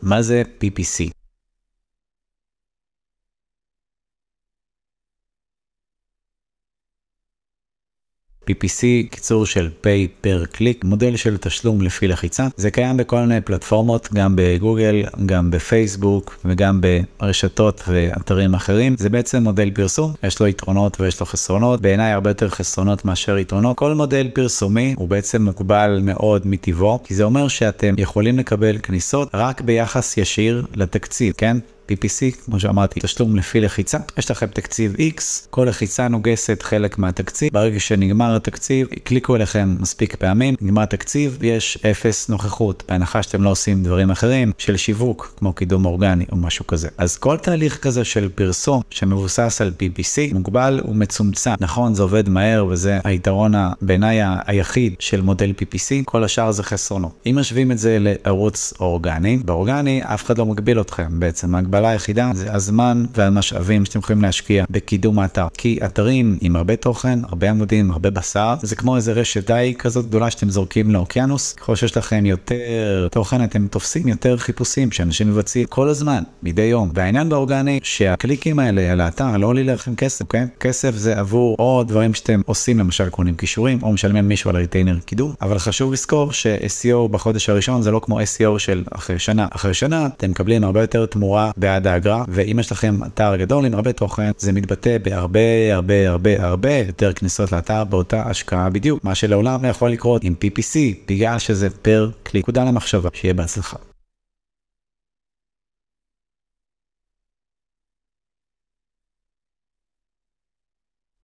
מה זה PPC? PPC, קיצור של Pay Per Click, מודל של תשלום לפי לחיצה. זה קיים בכל מיני פלטפורמות, גם בגוגל, גם בפייסבוק, וגם ברשתות ואתרים אחרים. זה בעצם מודל פרסום, יש לו יתרונות ויש לו חסרונות. בעיניי הרבה יותר חסרונות מאשר יתרונות. כל מודל פרסומי הוא בעצם מוגבל מאוד מטבעו, כי זה אומר שאתם יכולים לקבל כניסות רק ביחס ישיר לתקציב, כן? PPC, כמו שאמרתי, תשלום לפי לחיצה. יש לכם תקציב X, כל לחיצה נוגסת חלק מהתקציב. ברגע שנגמר התקציב, קליקו אליכם מספיק פעמים, נגמר התקציב, יש 0 נוכחות, בהנחה שאתם לא עושים דברים אחרים, של שיווק, כמו קידום אורגני או משהו כזה. אז כל תהליך כזה של פרסום שמבוסס על PPC, מוגבל ומצומצם. נכון, זה עובד מהר, וזה היתרון בעיניי היחיד של מודל PPC, כל השאר זה חסרונות. אם משווים את זה לערוץ אורגני, באורגני אף אחד לא מגביל אתכם בעצם. ההגבלה היחידה זה הזמן והמשאבים שאתם יכולים להשקיע בקידום האתר. כי אתרים עם הרבה תוכן, הרבה עמודים, הרבה בשר, זה כמו איזה רשת די כזאת גדולה שאתם זורקים לאוקיינוס. ככל שיש לכם יותר תוכן, אתם תופסים יותר חיפושים שאנשים מבצעים כל הזמן, מדי יום. והעניין באורגני, שהקליקים האלה על האתר לא עולים לכם כסף, אוקיי? כסף זה עבור או דברים שאתם עושים, למשל קונים קישורים, או משלמים מישהו על ריטיינר קידום. אבל חשוב לזכור ש-SEO בחודש הראשון זה לא כמו SEO של אחרי שנה. אחרי שנה אתם מקבלים הרבה יותר תמורה בעד האגרה, ואם יש לכם אתר גדול עם הרבה תוכן, זה מתבטא בהרבה יותר כניסות לאתר באותה השקעה בדיוק, מה שלעולם לא יכול לקרות עם PPC, בגלל שזה פר קליק. תודה למחשבה, שיהיה בהצלחה.